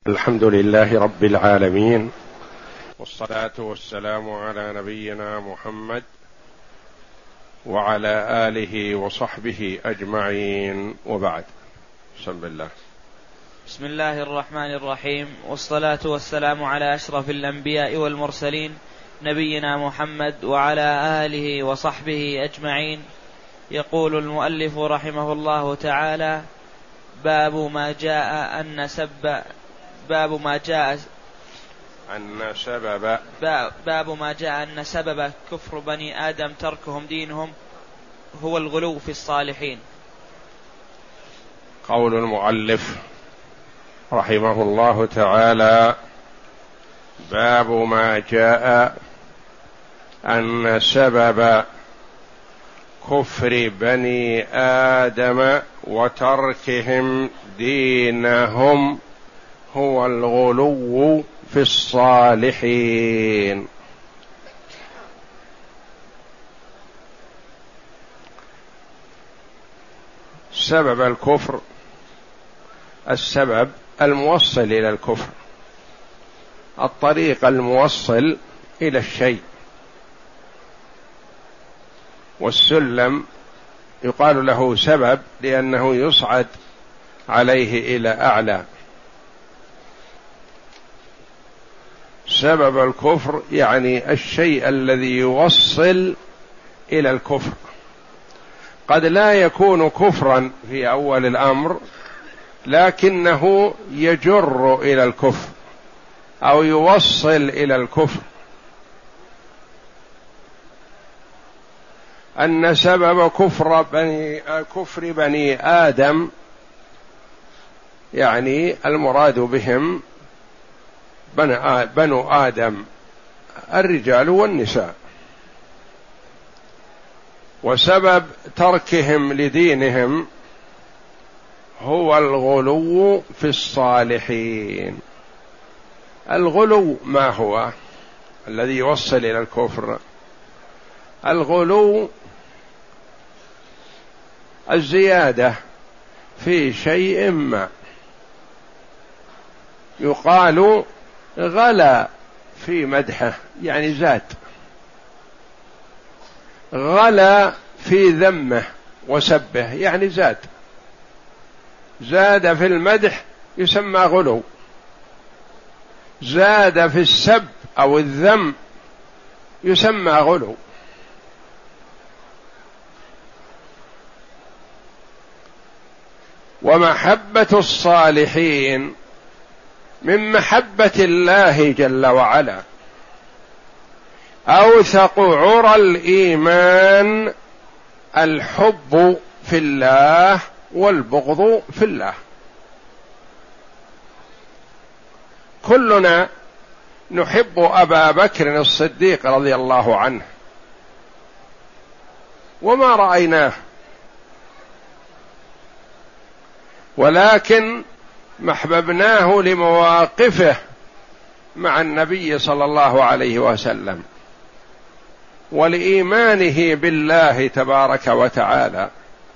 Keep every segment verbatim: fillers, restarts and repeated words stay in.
الحمد لله رب العالمين، والصلاة والسلام على نبينا محمد وعلى آله وصحبه أجمعين، وبعد. بسم الله بسم الله الرحمن الرحيم، والصلاة والسلام على أشرف الأنبياء والمرسلين نبينا محمد وعلى آله وصحبه أجمعين. يقول المؤلف رحمه الله تعالى: باب ما جاء أن سب باب ما جاء أن سبب باب ما جاء أن سبب كفر بني آدم تركهم دينهم هو الغلو في الصالحين. قول المؤلف رحمه الله تعالى: باب ما جاء أن سبب كفر بني آدم وتركهم دينهم هو الغلو في الصالحين. سبب الكفر السبب الموصل إلى الكفر، الطريق الموصل إلى الشيء، والسلم يقال له سبب لأنه يصعد عليه إلى أعلى. سبب الكفر يعني الشيء الذي يوصل إلى الكفر، قد لا يكون كفرا في أول الأمر لكنه يجر إلى الكفر أو يوصل إلى الكفر. أن سبب كفر بني كفر بني آدم يعني المراد بهم بنو آدم الرجال والنساء، وسبب تركهم لدينهم هو الغلو في الصالحين. الغلو ما هو الذي يوصل إلى الكفر؟ الغلو الزيادة في شيء ما، يقال غلا في مدحه يعني زاد، غلا في ذمه وسبه يعني زاد، زاد في المدح يسمى غلو، زاد في السب أو الذم يسمى غلو. ومحبة الصالحين من محبة الله جل وعلا، أوثق عرى الإيمان الحب في الله والبغض في الله. كلنا نحب أبا بكر الصديق رضي الله عنه وما رأيناه، ولكن محببناه لمواقفه مع النبي صلى الله عليه وسلم ولإيمانه بالله تبارك وتعالى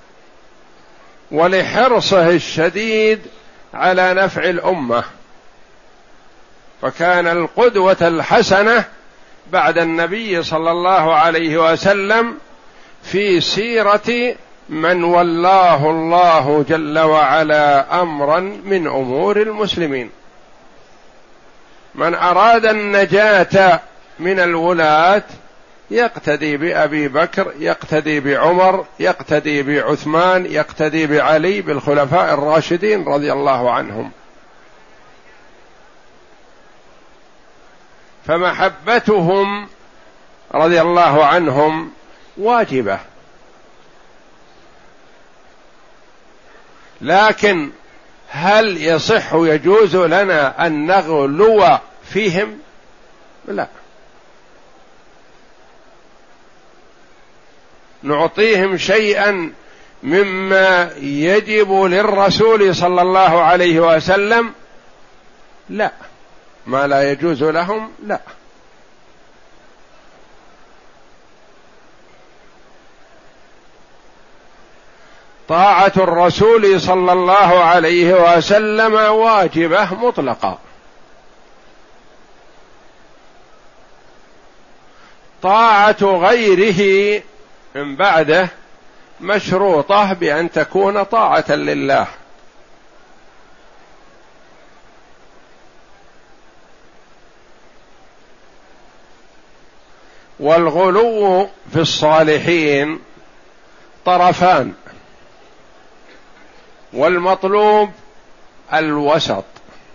ولحرصه الشديد على نفع الأمة، فكان القدوة الحسنة بعد النبي صلى الله عليه وسلم في سيرة من ولاه الله جل وعلا أمرا من أمور المسلمين. من أراد النجاة من الولاة يقتدي بأبي بكر، يقتدي بعمر، يقتدي بعثمان، يقتدي بعلي، بالخلفاء الراشدين رضي الله عنهم. فمحبتهم رضي الله عنهم واجبة، لكن هل يصح يجوز لنا أن نغلو فيهم؟ لا، نعطيهم شيئا مما يجب للرسول صلى الله عليه وسلم؟ لا، ما لا يجوز لهم لا. طاعة الرسول صلى الله عليه وسلم واجبة مطلقة، طاعة غيره من بعده مشروطة بأن تكون طاعة لله. والغلو في الصالحين طرفان، والمطلوب الوسط.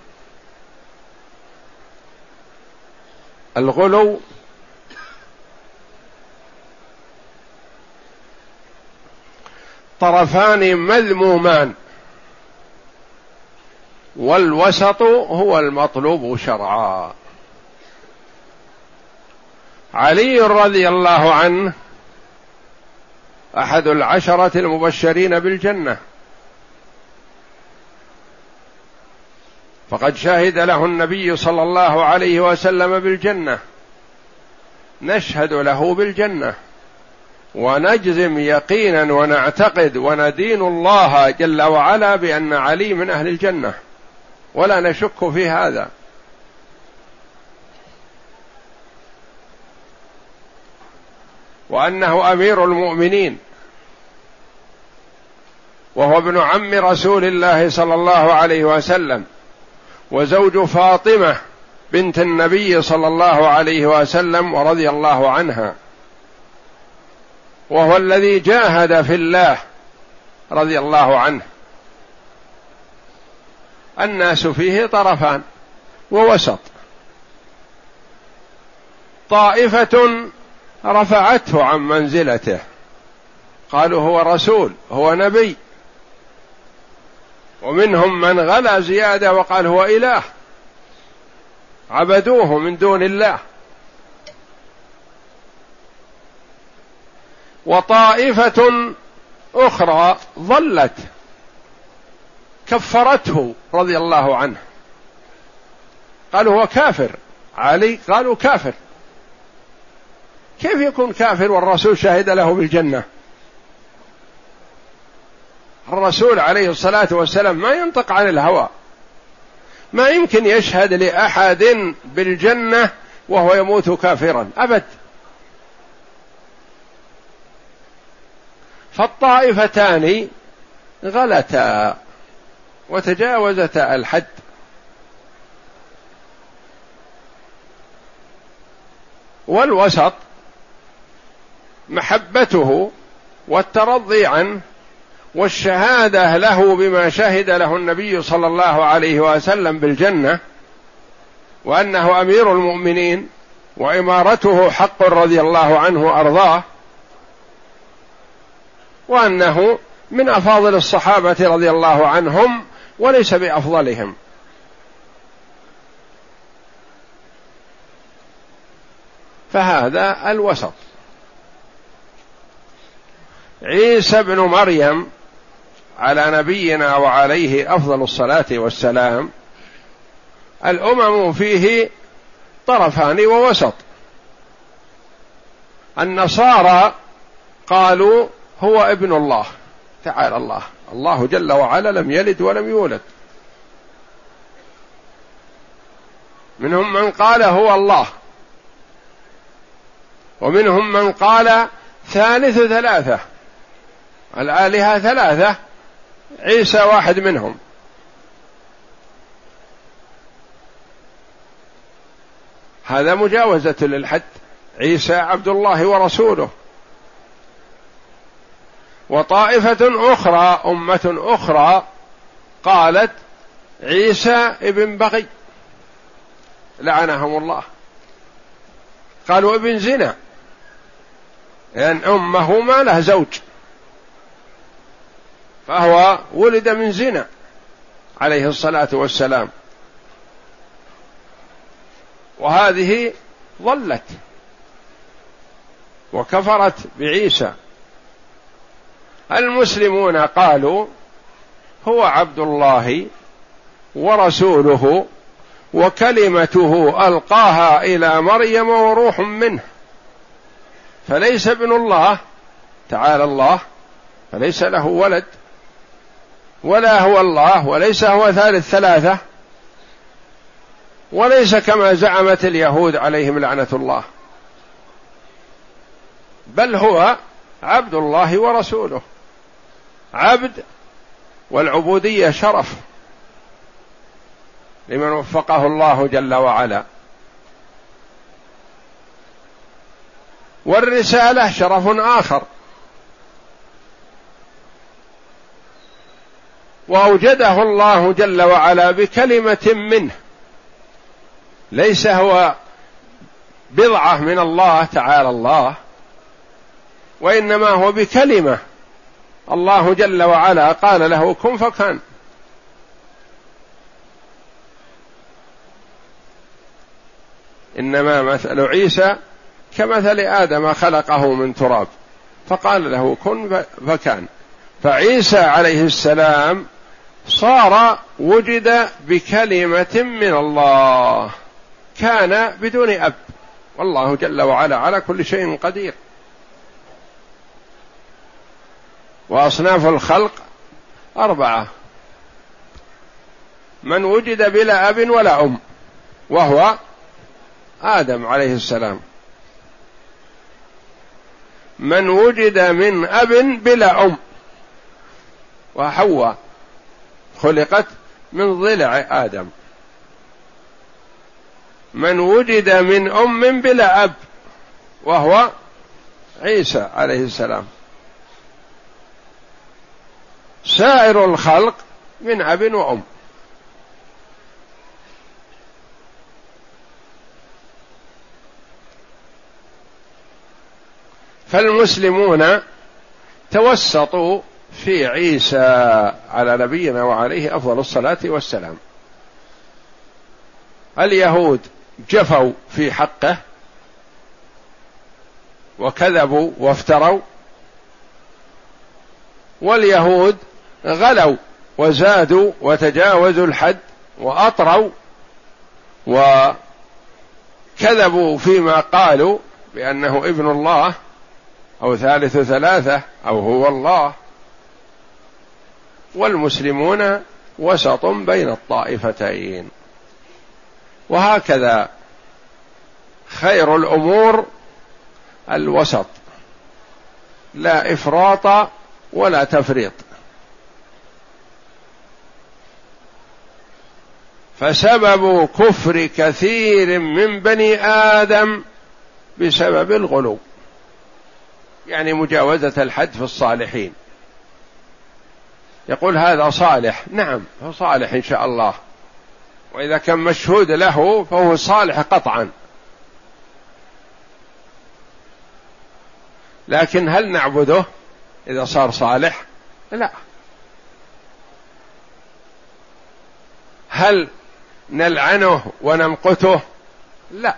الغلو طرفان مذمومان، والوسط هو المطلوب شرعا. علي رضي الله عنه أحد العشرة المبشرين بالجنة، فقد شهد له النبي صلى الله عليه وسلم بالجنة، نشهد له بالجنة ونجزم يقينا ونعتقد وندين الله جل وعلا بأن علي من أهل الجنة، ولا نشك في هذا. وأنه أمير المؤمنين، وهو ابن عم رسول الله صلى الله عليه وسلم، وزوج فاطمة بنت النبي صلى الله عليه وسلم ورضي الله عنها، وهو الذي جاهد في الله رضي الله عنه. الناس فيه طرفان ووسط، طائفة رفعته عن منزلته، قالوا هو رسول هو نبي، ومنهم من غلا زيادة وقال هو إله، عبدوه من دون الله. وطائفة أخرى ضلت كفرته رضي الله عنه، قالوا هو كافر. علي قالوا كافر، كيف يكون كافر والرسول شهد له بالجنة؟ الرسول عليه الصلاة والسلام ما ينطق عن الهوى، ما يمكن يشهد لأحد بالجنة وهو يموت كافرا أبد. فالطائفتان غلتا وتجاوزتا الحد، والوسط محبته والترضي عنه والشهادة له بما شهد له النبي صلى الله عليه وسلم بالجنة، وأنه أمير المؤمنين وإمارته حق رضي الله عنه وأرضاه، وأنه من أفاضل الصحابة رضي الله عنهم وليس بأفضلهم. فهذا الوسط. عيسى بن مريم على نبينا وعليه أفضل الصلاة والسلام، الأمم فيه طرفان ووسط. النصارى قالوا هو ابن الله، تعالى الله، الله جل وعلا لم يلد ولم يولد. منهم من قال هو الله، ومنهم من قال ثالث ثلاثة، الآلهة ثلاثة، عيسى واحد منهم. هذا مجاوزة للحد، عيسى عبد الله ورسوله. وطائفة أخرى أمة أخرى قالت عيسى ابن بغي لعنهم الله، قالوا ابن زنا، لأن يعني أمه ما له زوج، فهو ولد من زنا عليه الصلاة والسلام. وهذه ضلت وكفرت بعيسى. المسلمون قالوا هو عبد الله ورسوله وكلمته ألقاها إلى مريم وروح منه، فليس ابن الله تعالى الله، فليس له ولد ولا هو الله، وليس هو ثالث ثلاثة، وليس كما زعمت اليهود عليهم لعنة الله، بل هو عبد الله ورسوله، عبد، والعبودية شرف لمن وفقه الله جل وعلا، والرسالة شرف آخر، وأوجده الله جل وعلا بكلمة منه، ليس هو بضعة من الله تعالى الله، وإنما هو بكلمة الله جل وعلا قال له كن فكان. إنما مثل عيسى كمثل آدم خلقه من تراب فقال له كن فكان. فعيسى عليه السلام صار وجد بكلمة من الله، كان بدون أب، والله جل وعلا على كل شيء قدير. وأصناف الخلق أربعة: من وجد بلا أب ولا أم وهو آدم عليه السلام، من وجد من أب بلا أم وحواء خلقت من ضلع آدم، من وجد من أم بلا أب وهو عيسى عليه السلام، سائر الخلق من أب وأم. فالمسلمون توسطوا في عيسى على نبينا وعليه أفضل الصلاة والسلام. اليهود جفوا في حقه وكذبوا وافتروا، واليهود غلوا وزادوا وتجاوزوا الحد وأطروا وكذبوا فيما قالوا بأنه ابن الله أو ثالث ثلاثة أو هو الله. والمسلمون وسط بين الطائفتين، وهكذا خير الأمور الوسط، لا إفراط ولا تفريط. فسبب كفر كثير من بني آدم بسبب الغلو، يعني مجاوزة الحد في الصالحين. يقول هذا صالح، نعم هو صالح إن شاء الله، وإذا كان مشهود له فهو صالح قطعا، لكن هل نعبده إذا صار صالح؟ لا. هل نلعنه ونمقته؟ لا،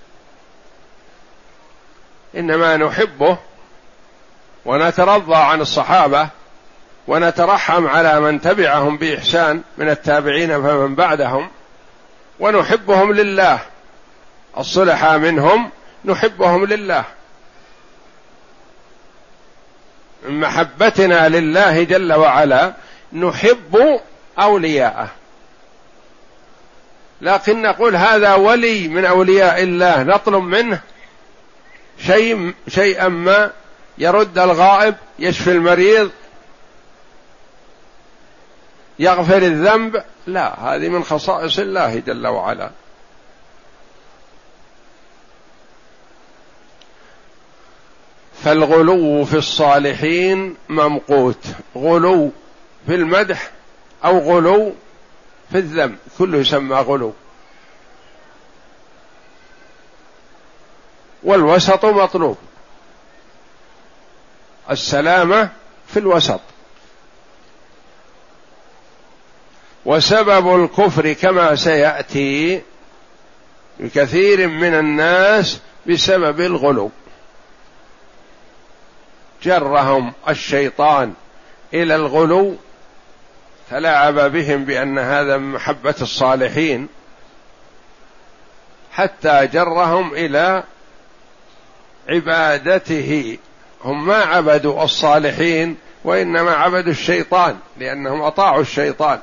إنما نحبه ونترضى عن الصحابة ونترحم على من تبعهم بإحسان من التابعين فمن بعدهم، ونحبهم لله، الصلحاء منهم نحبهم لله، من محبتنا لله جل وعلا نحب أولياءه. لكن نقول هذا ولي من أولياء الله، نطلب منه شيء شيئا ما، يرد الغائب، يشفي المريض، يغفر الذنب، لا، هذه من خصائص الله جل وعلا. فالغلو في الصالحين ممقوت، غلو في المدح أو غلو في الذم، كله يسمى غلو. والوسط مطلوب، السلامة في الوسط. وسبب الكفر كما سيأتي بكثير من الناس بسبب الغلو، جرهم الشيطان إلى الغلو، تلاعب بهم بأن هذا من محبة الصالحين، حتى جرهم إلى عبادته. هم ما عبدوا الصالحين وإنما عبدوا الشيطان لأنهم أطاعوا الشيطان.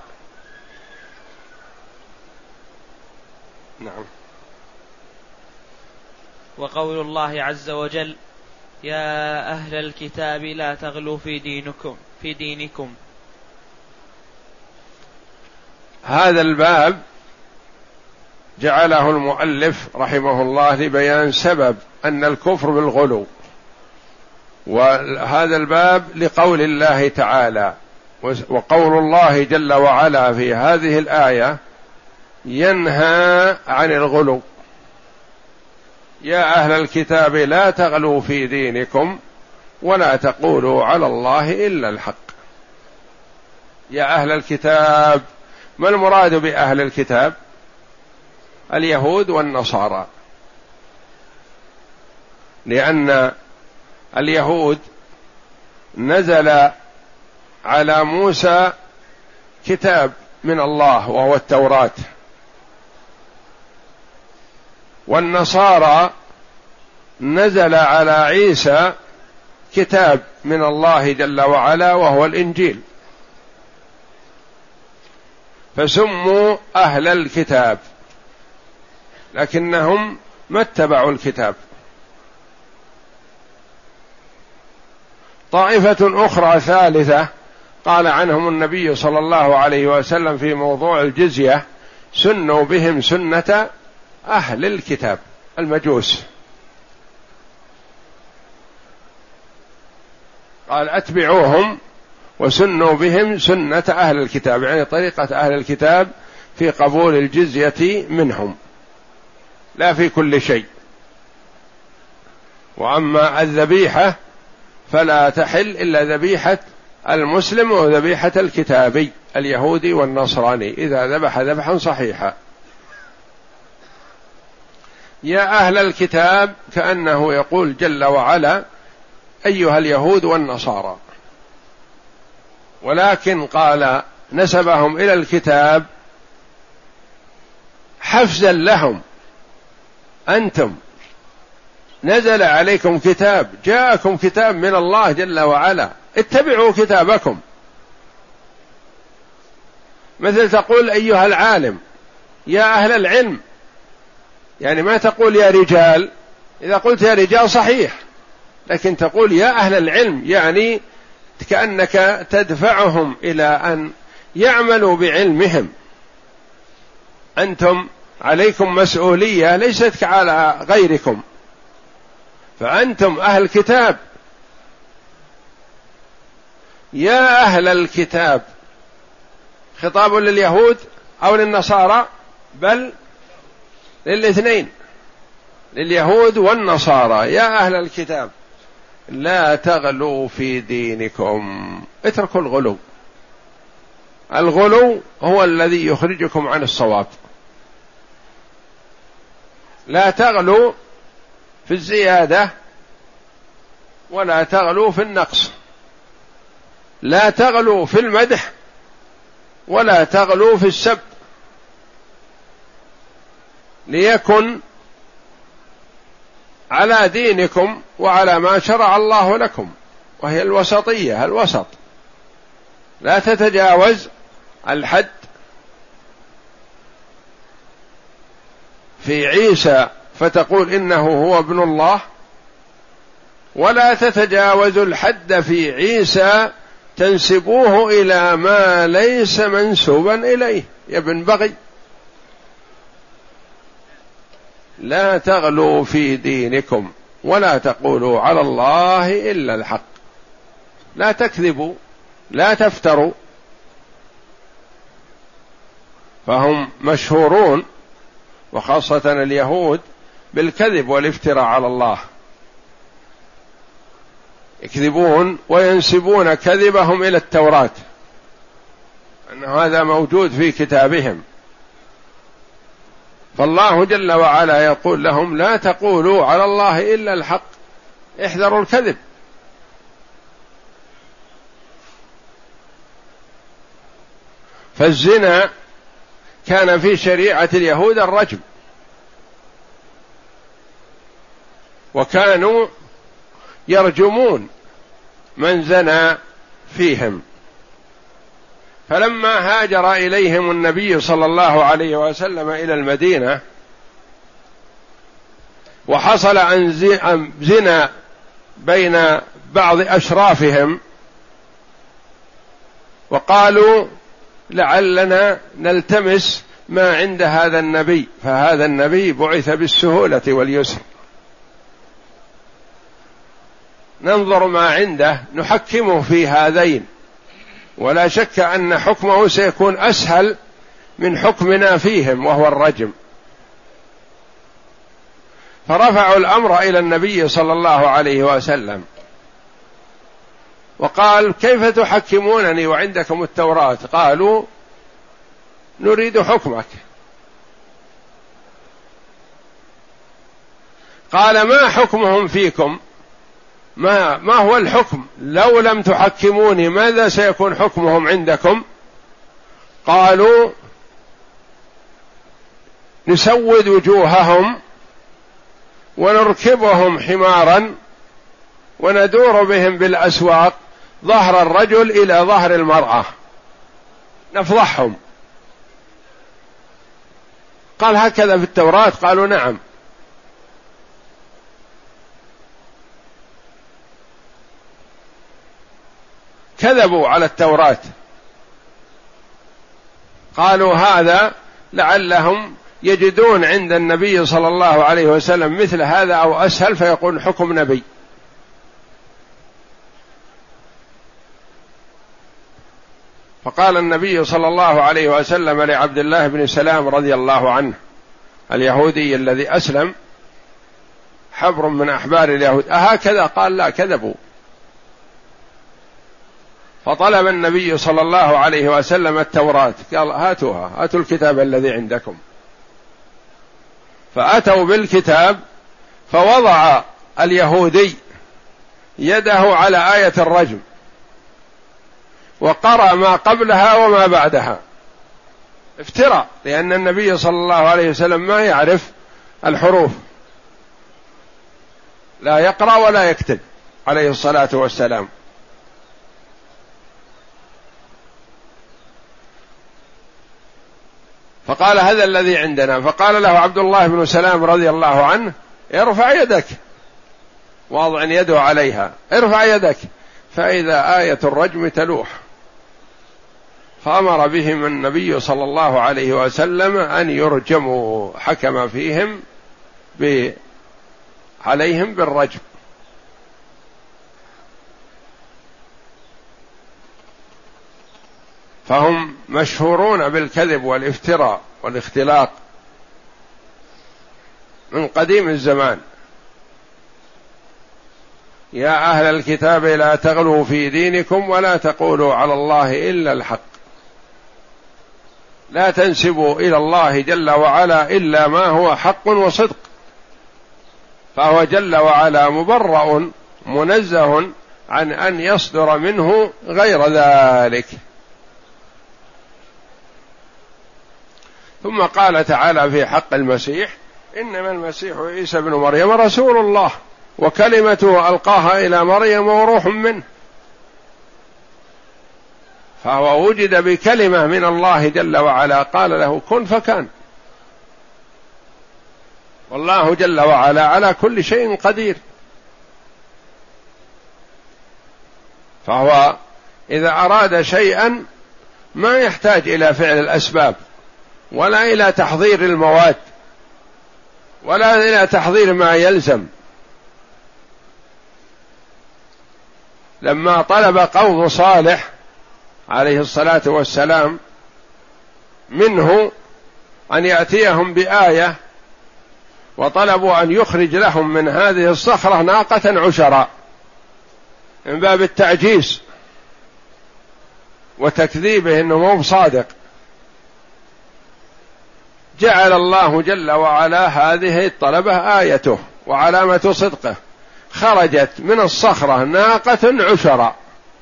نعم. وقول الله عز وجل: يا أهل الكتاب لا تغلوا في دينكم في دينكم. هذا الباب جعله المؤلف رحمه الله لبيان سبب أن الكفر بالغلو، وهذا الباب لقول الله تعالى، وقول الله جل وعلا في هذه الآية ينهى عن الغلو: يا أهل الكتاب لا تغلوا في دينكم ولا تقولوا على الله إلا الحق. يا أهل الكتاب، ما المراد بأهل الكتاب؟ اليهود والنصارى، لأن اليهود نزل على موسى كتاب من الله وهو التوراة، والنصارى نزل على عيسى كتاب من الله جل وعلا وهو الإنجيل، فسموا أهل الكتاب، لكنهم ما اتبعوا الكتاب. طائفة أخرى ثالثة قال عنهم النبي صلى الله عليه وسلم في موضوع الجزية: سنوا بهم سنة أهل الكتاب، المجوس. قال: أتبعوهم وسنوا بهم سنة أهل الكتاب، يعني طريقة أهل الكتاب في قبول الجزية منهم، لا في كل شيء. وأما الذبيحة فلا تحل إلا ذبيحة المسلم وذبيحة الكتابي اليهودي والنصراني إذا ذبح ذبحا صحيحا. يا أهل الكتاب كأنه يقول جل وعلا: أيها اليهود والنصارى، ولكن قال نسبهم إلى الكتاب حفزا لهم: أنتم نزل عليكم كتاب، جاءكم كتاب من الله جل وعلا، اتبعوا كتابكم. مثل تقول أيها العالم، يا أهل العلم، يعني ما تقول يا رجال. إذا قلت يا رجال صحيح، لكن تقول يا أهل العلم، يعني كأنك تدفعهم إلى أن يعملوا بعلمهم. أنتم عليكم مسؤولية ليست على غيركم، فأنتم أهل الكتاب. يا أهل الكتاب خطاب لليهود أو للنصارى؟ بل للاثنين، لليهود والنصارى. يا أهل الكتاب لا تغلوا في دينكم، اتركوا الغلو. الغلو هو الذي يخرجكم عن الصواب. لا تغلوا في الزيادة ولا تغلوا في النقص، لا تغلوا في المدح ولا تغلوا في السب، ليكن على دينكم وعلى ما شرع الله لكم، وهي الوسطية، الوسط. لا تتجاوز الحد في عيسى فتقول إنه هو ابن الله، ولا تتجاوز الحد في عيسى تنسبوه إلى ما ليس منسوبا إليه، يا ابن بغي. لا تغلوا في دينكم ولا تقولوا على الله إلا الحق، لا تكذبوا، لا تفتروا. فهم مشهورون، وخاصة اليهود، بالكذب والافتراء على الله، يكذبون وينسبون كذبهم إلى التوراة، أن هذا موجود في كتابهم. فالله جل وعلا يقول لهم: لا تقولوا على الله إلا الحق، احذروا الكذب. فالزنا كان في شريعة اليهود الرجم، وكانوا يرجمون من زنى فيهم. فلما هاجر إليهم النبي صلى الله عليه وسلم إلى المدينة وحصل عن زنا بين بعض أشرافهم، وقالوا لعلنا نلتمس ما عند هذا النبي، فهذا النبي بعث بالسهولة واليسر، ننظر ما عنده نحكمه في هذين، ولا شك أن حكمه سيكون أسهل من حكمنا فيهم وهو الرجم. فرفعوا الأمر إلى النبي صلى الله عليه وسلم وقال: كيف تحكمونني وعندكم التوراة؟ قالوا: نريد حكمك. قال: ما حكمهم فيكم؟ ما, ما هو الحكم؟ لو لم تحكموني ماذا سيكون حكمهم عندكم؟ قالوا: نسود وجوههم ونركبهم حمارا وندور بهم بالأسواق ظهر الرجل إلى ظهر المرأة نفضحهم. قال: هكذا في التوراة؟ قالوا: نعم. كذبوا على التوراة. قالوا: هذا لعلهم يجدون عند النبي صلى الله عليه وسلم مثل هذا أو أسهل فيكون حكم نبي. فقال النبي صلى الله عليه وسلم لعبد الله بن سلام رضي الله عنه اليهودي الذي أسلم، حبر من أحبار اليهود: أهكذا؟ قال: لا، كذبوا. فطلب النبي صلى الله عليه وسلم التوراة، قال: هاتوها، هاتوا الكتاب الذي عندكم. فأتوا بالكتاب، فوضع اليهودي يده على آية الرجم وقرأ ما قبلها وما بعدها، افتراء، لأن النبي صلى الله عليه وسلم ما يعرف الحروف، لا يقرأ ولا يكتب عليه الصلاة والسلام. فقال: هذا الذي عندنا. فقال له عبد الله بن سلام رضي الله عنه: ارفع يدك، واضع يده عليها، ارفع يدك. فإذا آية الرجم تلوح. فأمر بهم النبي صلى الله عليه وسلم أن يرجموا، حكم فيهم ب... عليهم بالرجم. فهم مشهورون بالكذب والافتراء والاختلاق من قديم الزمان. يا أهل الكتاب لا تغلوا في دينكم ولا تقولوا على الله إلا الحق، لا تنسبوا إلى الله جل وعلا إلا ما هو حق وصدق، فهو جل وعلا مبرأ منزه عن أن يصدر منه غير ذلك. ثم قال تعالى في حق المسيح: إنما المسيح عيسى بن مريم رسول الله وكلمته ألقاها إلى مريم وروح منه. فهو وجد بكلمة من الله جل وعلا قال له كن فكان، والله جل وعلا على كل شيء قدير. فهو إذا أراد شيئا ما يحتاج إلى فعل الأسباب ولا إلى تحضير المواد ولا إلى تحضير ما يلزم. لما طلب قوم صالح عليه الصلاة والسلام منه أن يأتيهم بآية، وطلبوا أن يخرج لهم من هذه الصخرة ناقة عشرا من باب التعجيز وتكذيبه أنه مو صادق، جعل الله جل وعلا هذه الطلبة آيته وعلامة صدقه، خرجت من الصخرة ناقة عشرا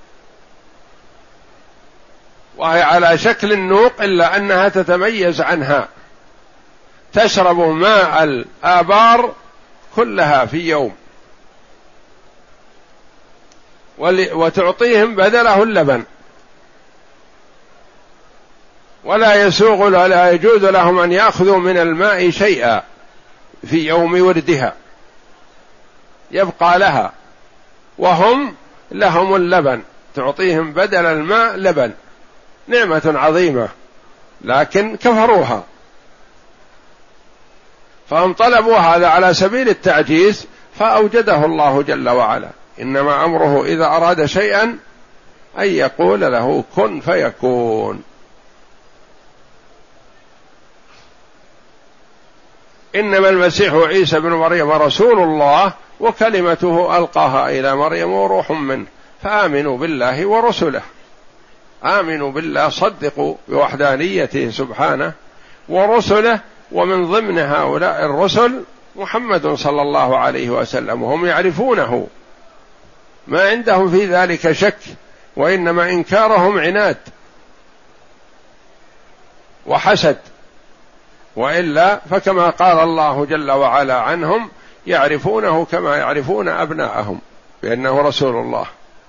وهي على شكل النوق إلا أنها تتميز عنها، تشرب ماء الآبار كلها في يوم، وتعطيهم بدله اللبن، ولا يسوغ ولا يجوز لهم أن يأخذوا من الماء شيئا في يوم وردها، يبقى لها، وهم لهم اللبن، تعطيهم بدل الماء لبن، نعمة عظيمة، لكن كفروها، فهم طلبوا هذا على سبيل التعجيز فأوجده الله جل وعلا. إنما أمره إذا أراد شيئا أن يقول له كن فيكون. إنما المسيح عيسى بن مريم رسول الله وكلمته ألقاها إلى مريم وروح منه، فآمنوا بالله ورسله. آمنوا بالله، صدقوا بوحدانيته سبحانه ورسله، ومن ضمن هؤلاء الرسل محمد صلى الله عليه وسلم، وهم يعرفونه، ما عندهم في ذلك شك، وإنما إنكارهم عناد وحسد، وإلا فكما قال الله جل وعلا عنهم يعرفونه كما يعرفون أبناءهم بأنه رسول الله.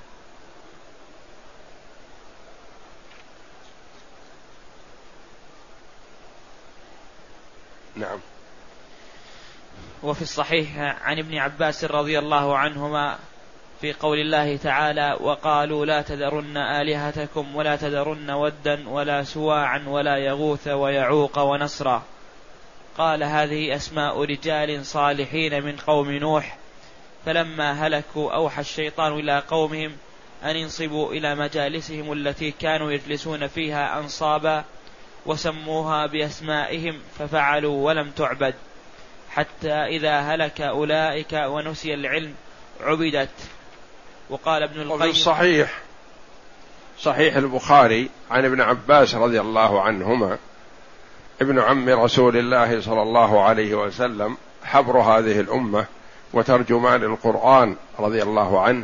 نعم. وفي الصحيح عن ابن عباس رضي الله عنهما في قول الله تعالى: وقالوا لا تذرن آلهتكم ولا تذرن ودا ولا سواعا ولا يغوث ويعوق ونسرا، قال: هذه أسماء رجال صالحين من قوم نوح، فلما هلكوا أوحى الشيطان إلى قومهم أن ينصبوا إلى مجالسهم التي كانوا يجلسون فيها أنصابا، وسموها بأسمائهم ففعلوا ولم تعبد، حتى إذا هلك أولئك ونسي العلم عبدت. وقال ابن القيم: وفي الصحيح صحيح البخاري عن ابن عباس رضي الله عنهما ابن عم رسول الله صلى الله عليه وسلم، حبر هذه الأمة وترجمان القرآن رضي الله عنه،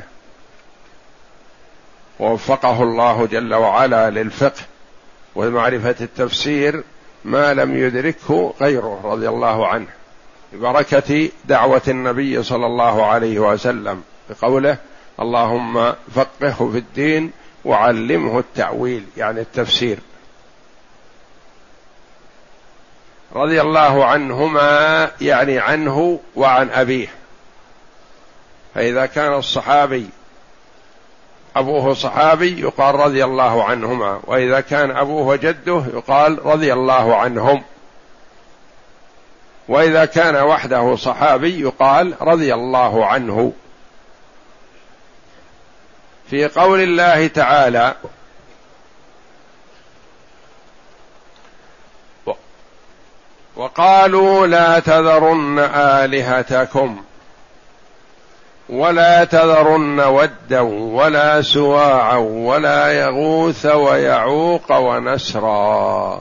ووفقه الله جل وعلا للفقه ومعرفة التفسير ما لم يدركه غيره رضي الله عنه، ببركة دعوة النبي صلى الله عليه وسلم بقوله: اللهم فقهه في الدين وعلمه التأويل، يعني التفسير، رضي الله عنهما، يعني عنه وعن أبيه. فإذا كان الصحابي أبوه صحابي يقال رضي الله عنهما، وإذا كان أبوه جده يقال رضي الله عنهم، وإذا كان وحده صحابي يقال رضي الله عنه. في قول الله تعالى: وقالوا لا تذرن آلهتكم ولا تذرن ودا ولا سواعا ولا يغوث ويعوق ونسرا.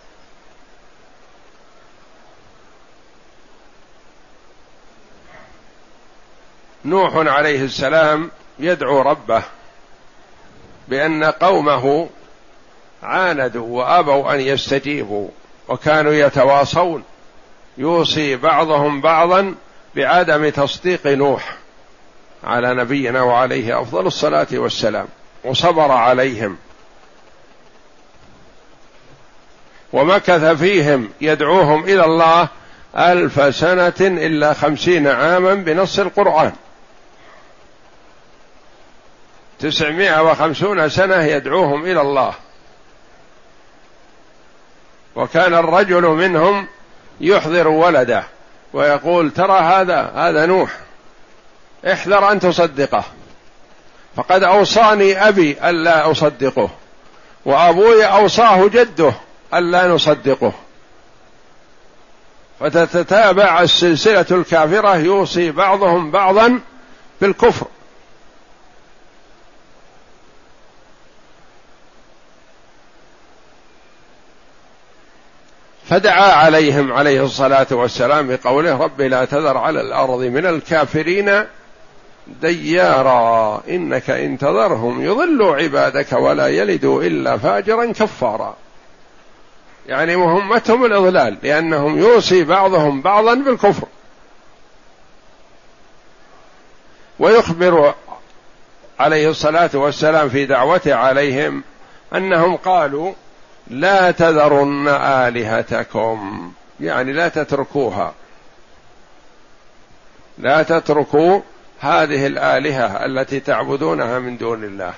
نوح عليه السلام يدعو ربه بأن قومه عاندوا وأبوا أن يستجيبوا، وكانوا يتواصون، يوصي بعضهم بعضا بعدم تصديق نوح على نبينا وعليه أفضل الصلاة والسلام، وصبر عليهم ومكث فيهم يدعوهم إلى الله ألف سنة إلا خمسين عاما بنص القرآن، تسعمائة وخمسون سنة يدعوهم إلى الله. وكان الرجل منهم يحضر ولده ويقول: ترى هذا هذا نوح، احذر أن تصدقه، فقد أوصاني أبي ألا أصدقه، وأبوي أوصاه جده ألا نصدقه. فتتتابع السلسلة الكافرة يوصي بعضهم بعضا بالكفر. فدعا عليهم عليه الصلاة والسلام بقوله: رب لا تذر على الأرض من الكافرين ديارا إنك إن تذرهم يضلوا عبادك ولا يلدوا إلا فاجرا كفارا. يعني مهمتهم الإضلال، لأنهم يوصي بعضهم بعضا بالكفر. ويخبر عليه الصلاة والسلام في دعوته عليهم أنهم قالوا لا تذرن آلهتكم، يعني لا تتركوها، لا تتركوا هذه الآلهة التي تعبدونها من دون الله،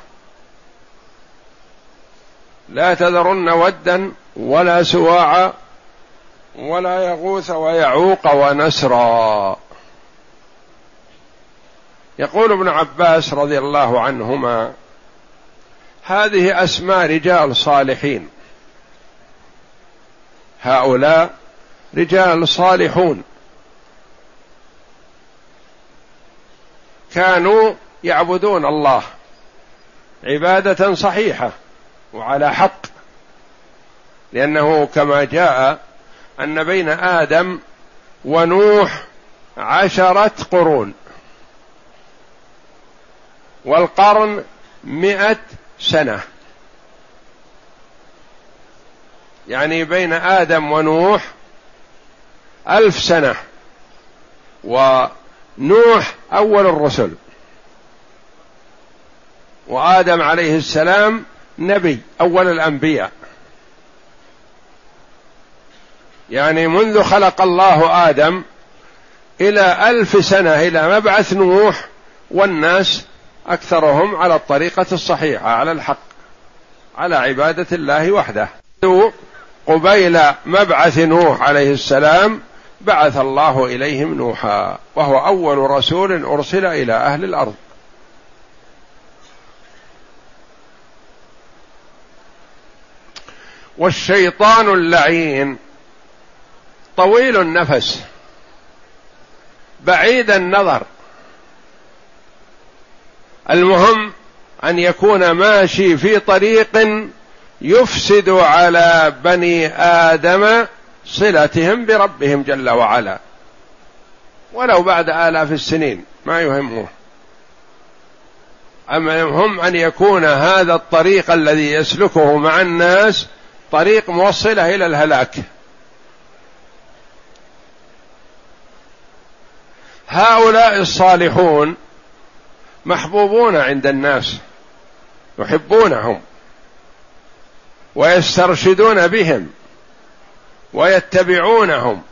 لا تذرن ودا ولا سواعا ولا يغوث ويعوق ونسرا. يقول ابن عباس رضي الله عنهما هذه أسماء رجال صالحين، هؤلاء رجال صالحون كانوا يعبدون الله عبادة صحيحة وعلى حق، لأنه كما جاء أن بين آدم ونوح عشرة قرون، والقرن مئة سنة، يعني بين آدم ونوح ألف سنة، ونوح أول الرسل، وآدم عليه السلام نبي أول الأنبياء، يعني منذ خلق الله آدم إلى ألف سنة إلى مبعث نوح، والناس أكثرهم على الطريقة الصحيحة على الحق على عبادة الله وحده. قبيل مبعث نوح عليه السلام بعث الله إليهم نوحا، وهو أول رسول أرسل إلى أهل الأرض. والشيطان اللعين طويل النفس بعيد النظر، المهم أن يكون ماشي في طريق يفسد على بني آدم صلتهم بربهم جل وعلا، ولو بعد آلاف السنين ما يهمه، أما يهم أن يكون هذا الطريق الذي يسلكه مع الناس طريق موصلة إلى الهلاك. هؤلاء الصالحون محبوبون عند الناس، يحبونهم ويسترشدون بهم ويتبعونهم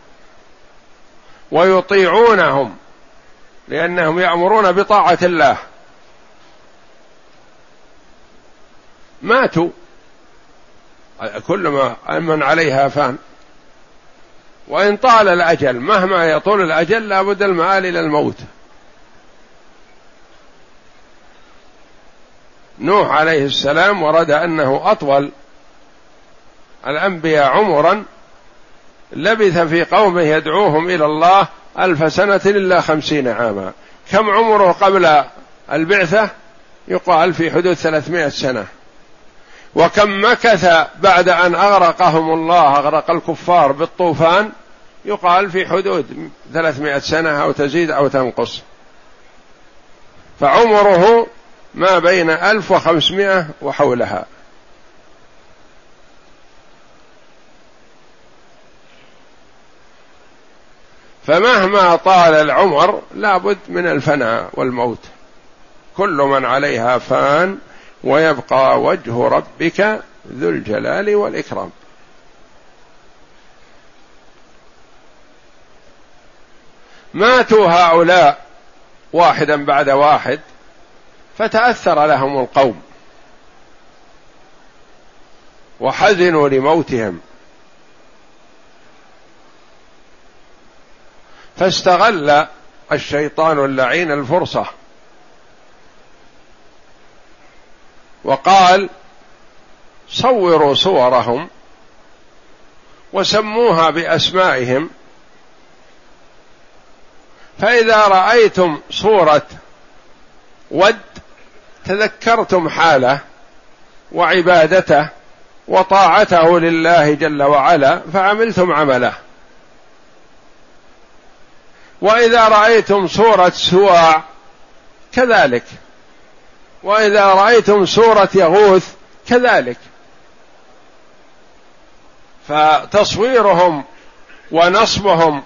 ويطيعونهم، لأنهم يأمرون بطاعة الله. ماتوا، كل ما من عليها فان، وإن طال الأجل مهما يطول الأجل لابد المآل إلى الموت. نوح عليه السلام ورد أنه أطول الأنبياء عمرا، لبث في قومه يدعوهم إلى الله ألف سنة إلا خمسين عاما. كم عمره قبل البعثة؟ يقال في حدود ثلاثمائة سنة. وكم مكث بعد أن أغرقهم الله، أغرق الكفار بالطوفان؟ يقال في حدود ثلاثمائة سنة أو تزيد أو تنقص. فعمره ما بين ألف وخمسمائة وحولها. فمهما طال العمر لابد من الفناء والموت، كل من عليها فان ويبقى وجه ربك ذو الجلال والإكرام. ماتوا هؤلاء واحدا بعد واحد، فتأثر لهم القوم وحزنوا لموتهم، فاستغل الشيطان اللعين الفرصة وقال صوروا صورهم وسموها بأسمائهم، فإذا رأيتم صورة ود تذكرتم حاله وعبادته وطاعته لله جل وعلا فعملتم عمله، وإذا رأيتم صورة سواع كذلك، وإذا رأيتم صورة يغوث كذلك. فتصويرهم ونصبهم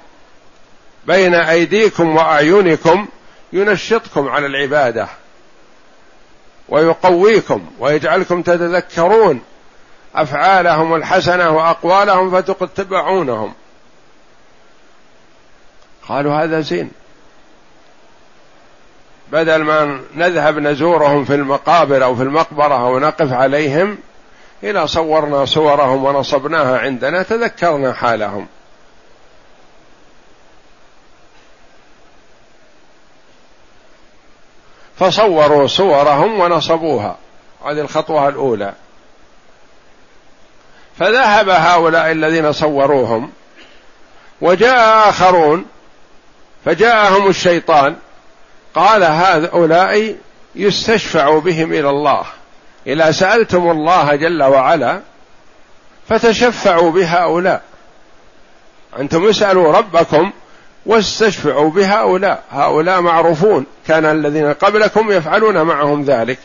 بين أيديكم وأعينكم ينشطكم على العبادة ويقويكم ويجعلكم تتذكرون أفعالهم الحسنة وأقوالهم فتتبعونهم. قالوا هذا زين، بدل ما نذهب نزورهم في المقابر أو في المقبرة أو نقف عليهم، إذا صورنا صورهم ونصبناها عندنا تذكرنا حالهم. فصوروا صورهم ونصبوها، هذه الخطوة الأولى. فذهب هؤلاء الذين صوروهم، وجاء آخرون فجاءهم الشيطان قال هؤلاء يستشفع بهم إلى الله، إذا سألتم الله جل وعلا فتشفعوا بهؤلاء، أنتم اسألوا ربكم واستشفعوا بهؤلاء، هؤلاء معروفون، كان الذين قبلكم يفعلون معهم ذلك.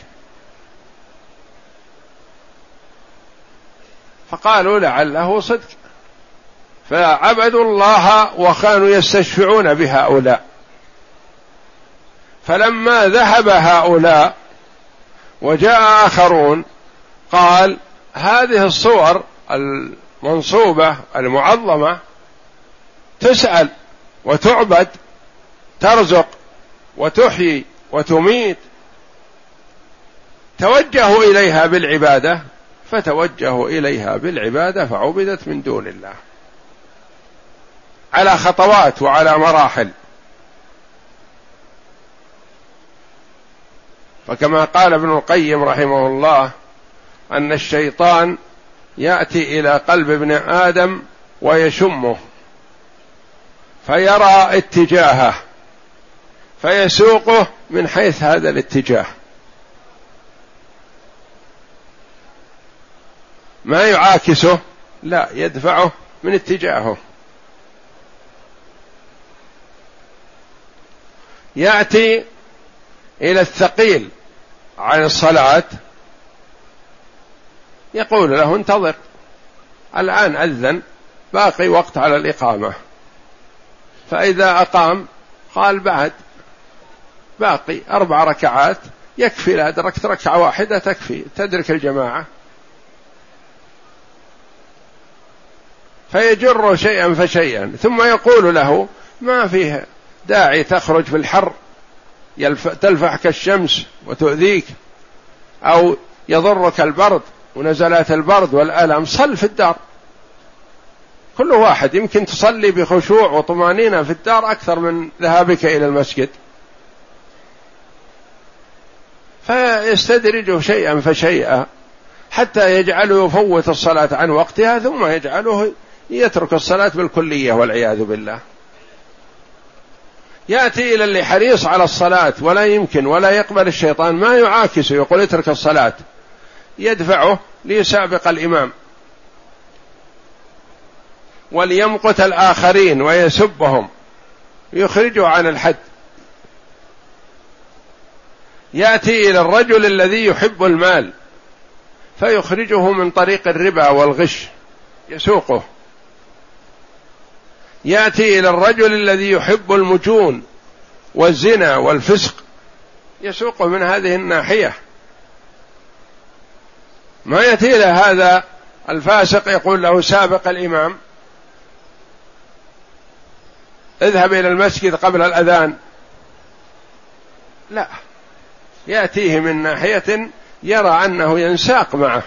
فقالوا لعله صدق، فعبدوا الله وكانوا يستشفعون بهؤلاء. فلما ذهب هؤلاء وجاء آخرون قال هذه الصور المنصوبة المعظمة تسأل وتعبد، ترزق وتحيي وتميت، توجهوا إليها بالعبادة، فتوجهوا إليها بالعبادة فعبدت من دون الله على خطوات وعلى مراحل. فكما قال ابن القيم رحمه الله أن الشيطان يأتي إلى قلب ابن آدم ويشمه فيرى اتجاهه فيسوقه من حيث هذا الاتجاه، ما يعاكسه، لا، يدفعه من اتجاهه. يأتي إلى الثقيل عن الصلاة يقول له انتظر، الآن أذن، باقي وقت على الإقامة، فإذا أقام قال بعد باقي أربع ركعات يكفي، لا أدركت ركعة واحدة تكفي تدرك الجماعة، فيجر شيئا فشيئا، ثم يقول له ما فيه داعي تخرج في الحر تلفحك الشمس وتؤذيك، أو يضرك البرد ونزلات البرد والألم، صل في الدار. كل واحد يمكن تصلي بخشوع وطمانينة في الدار أكثر من ذهابك إلى المسجد. فيستدرجه شيئا فشيئا حتى يجعله يفوت الصلاة عن وقتها، ثم يجعله يترك الصلاة بالكلية والعياذ بالله. يأتي إلى اللي حريص على الصلاة ولا يمكن ولا يقبل الشيطان، ما يعاكسه يقول اترك الصلاة، يدفعه ليسابق الإمام وليمقت الآخرين ويسبهم يخرجه عن الحد. يأتي إلى الرجل الذي يحب المال فيخرجه من طريق الربا والغش يسوقه. يأتي إلى الرجل الذي يحب المجون والزنا والفسق يسوقه من هذه الناحية. ما يأتي إلى هذا الفاسق يقول له سابق الإمام، اذهب إلى المسجد قبل الأذان، لا، يأتيه من ناحية يرى أنه ينساق معه،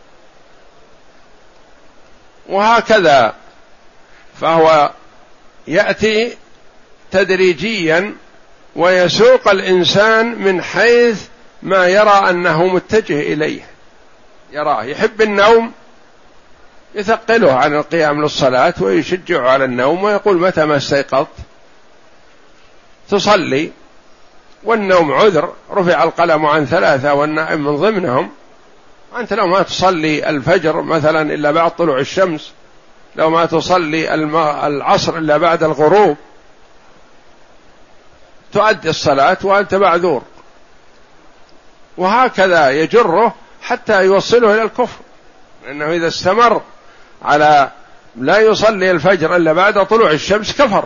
وهكذا. فهو يأتي تدريجيا ويسوق الإنسان من حيث ما يرى أنه متجه إليه. يراه يحب النوم يثقله عن القيام للصلاة ويشجعه على النوم ويقول متى ما استيقظت تصلي، والنوم عذر، رفع القلم عن ثلاثة والنائم من ضمنهم. أنت لو ما تصلي الفجر مثلا إلا بعد طلوع الشمس، لو ما تصلي العصر إلا بعد الغروب، تؤدي الصلاة وأنت معذور. وهكذا يجره حتى يوصله إلى الكفر، لأنه إذا استمر على لا يصلي الفجر إلا بعد طلوع الشمس كفر،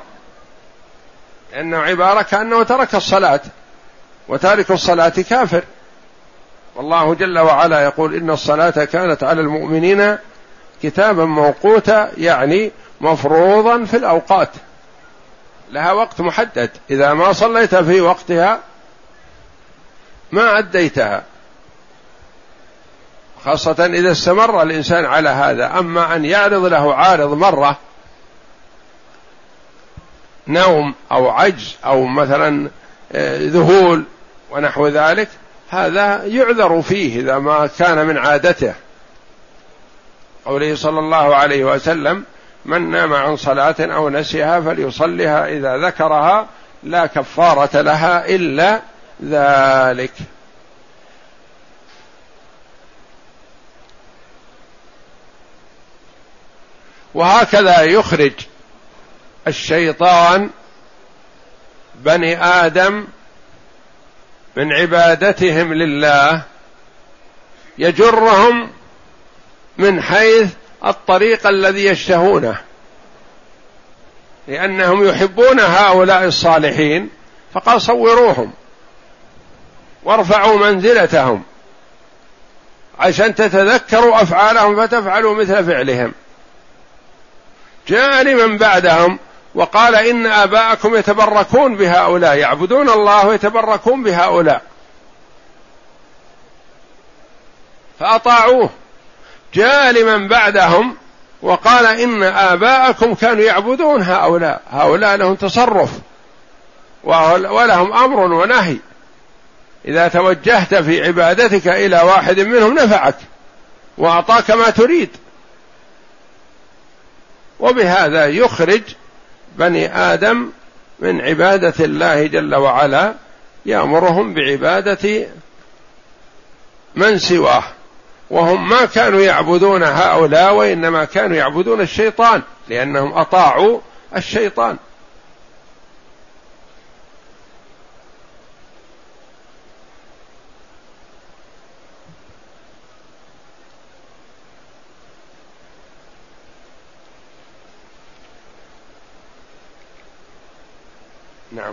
لأنه عبارة كأنه ترك الصلاة، وتارك الصلاة كافر. والله جل وعلا يقول إن الصلاة كانت على المؤمنين كتابا موقوتا، يعني مفروضا في الأوقات، لها وقت محدد، إذا ما صليت في وقتها ما أديتها، خاصة إذا استمر الإنسان على هذا. أما أن يعرض له عارض مرة، نوم أو عجز أو مثلا ذهول ونحو ذلك، هذا يعذر فيه إذا ما كان من عادته. قوله صلى الله عليه وسلم: من نام عن صلاة أو نسيها فليصلها إذا ذكرها لا كفارة لها إلا ذلك. وهكذا يخرج الشيطان بني آدم من عبادتهم لله، يجرهم من حيث الطريق الذي يشتهونه، لأنهم يحبون هؤلاء الصالحين، فقال: صوروهم وارفعوا منزلتهم عشان تتذكروا أفعالهم فتفعلوا مثل فعلهم. جاء لمن بعدهم وقال: إن آباءكم يتبركون بهؤلاء، يعبدون الله ويتبركون بهؤلاء، فأطاعوه. جاء لمن بعدهم وقال: إن آباءكم كانوا يعبدون هؤلاء، هؤلاء لهم تصرف ولهم أمر ونهي، إذا توجهت في عبادتك إلى واحد منهم نفعك وأعطاك ما تريد. وبهذا يخرج بني آدم من عبادة الله جل وعلا، يأمرهم بعبادة من سواه، وهم ما كانوا يعبدون هؤلاء، وإنما كانوا يعبدون الشيطان، لأنهم أطاعوا الشيطان. نعم.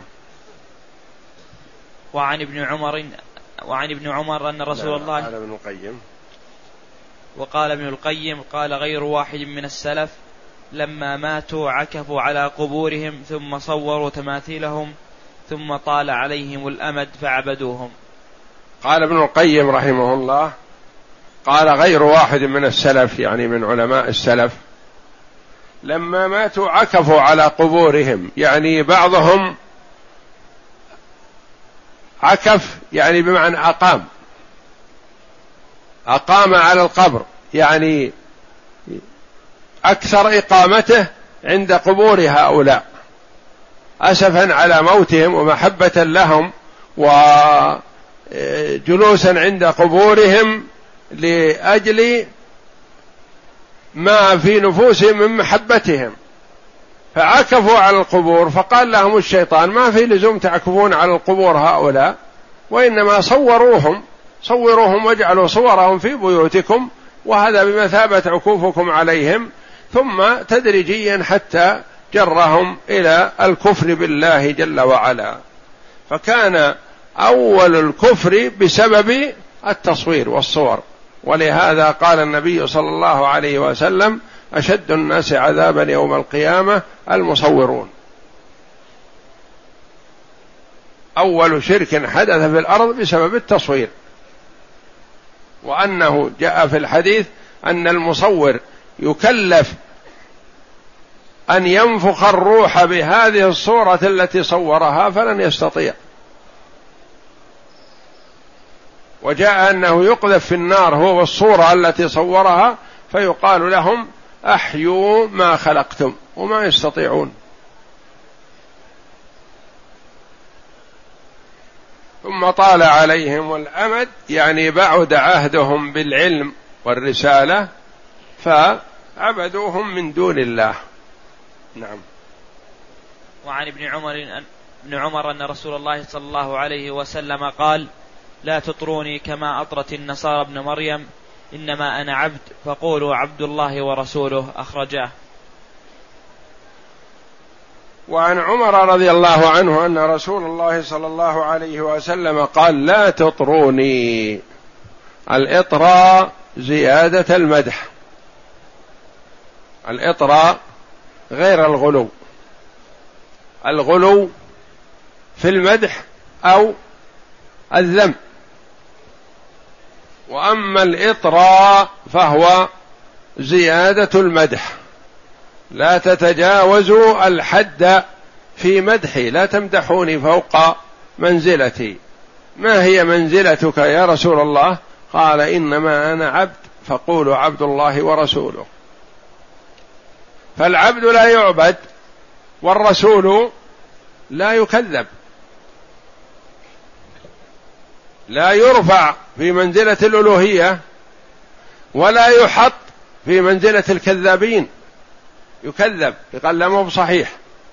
وعن ابن عمر وعن ابن عمر أن رسول الله قال ابن القيم وقال ابن القيم قال غير واحد من السلف لما ماتوا عكفوا على قبورهم ثم صوروا تماثيلهم ثم طال عليهم الأمد فعبدوهم. قال ابن القيم رحمه الله: قال غير واحد من السلف، يعني من علماء السلف، لما ماتوا عكفوا على قبورهم، يعني بعضهم عكف يعني بمعنى أقام أقام على القبر، يعني أكثر إقامته عند قبور هؤلاء أسفا على موتهم ومحبة لهم وجلوسا عند قبورهم لأجل ما في نفوسهم من محبتهم، فعكفوا على القبور. فقال لهم الشيطان: ما في لزوم تعكفون على القبور هؤلاء، وإنما صوروهم صوروهم واجعلوا صورهم في بيوتكم، وهذا بمثابة عكوفكم عليهم. ثم تدريجيا حتى جرهم إلى الكفر بالله جل وعلا. فكان أول الكفر بسبب التصوير والصور، ولهذا قال النبي صلى الله عليه وسلم: أشد الناس عذابا يوم القيامة المصورون. أول شرك حدث في الأرض بسبب التصوير، وأنه جاء في الحديث أن المصور يكلف أن ينفخ الروح بهذه الصورة التي صورها فلن يستطيع، وجاء أنه يقذف في النار هو والصورة التي صورها، فيقال لهم: أحيوا ما خلقتم، وما يستطيعون. ثم طال عليهم الأمد، يعني بعد عهدهم بالعلم والرسالة فعبدوهم من دون الله. نعم. وعن ابن عمر ابن عمر أن رسول الله صلى الله عليه وسلم قال: لا تطروني كما أطرت النصارى ابن مريم، إنما أنا عبد فقولوا عبد الله ورسوله. أخرجاه. وعن عمر رضي الله عنه أن رسول الله صلى الله عليه وسلم قال: لا تطروني، الإطراء زيادة المدح، الإطراء غير الغلو، الغلو في المدح أو الذم، وأما الإطراء فهو زيادة المدح، لا تتجاوزوا الحد في مدحي، لا تمدحوني فوق منزلتي. ما هي منزلتك يا رسول الله؟ قال إنما أنا عبد فقولوا عبد الله ورسوله. فالعبد لا يعبد والرسول لا يكذب، لا يرفع في منزلة الألوهية ولا يحط في منزلة الكذابين، يكذب يقال لا مو بصحيح.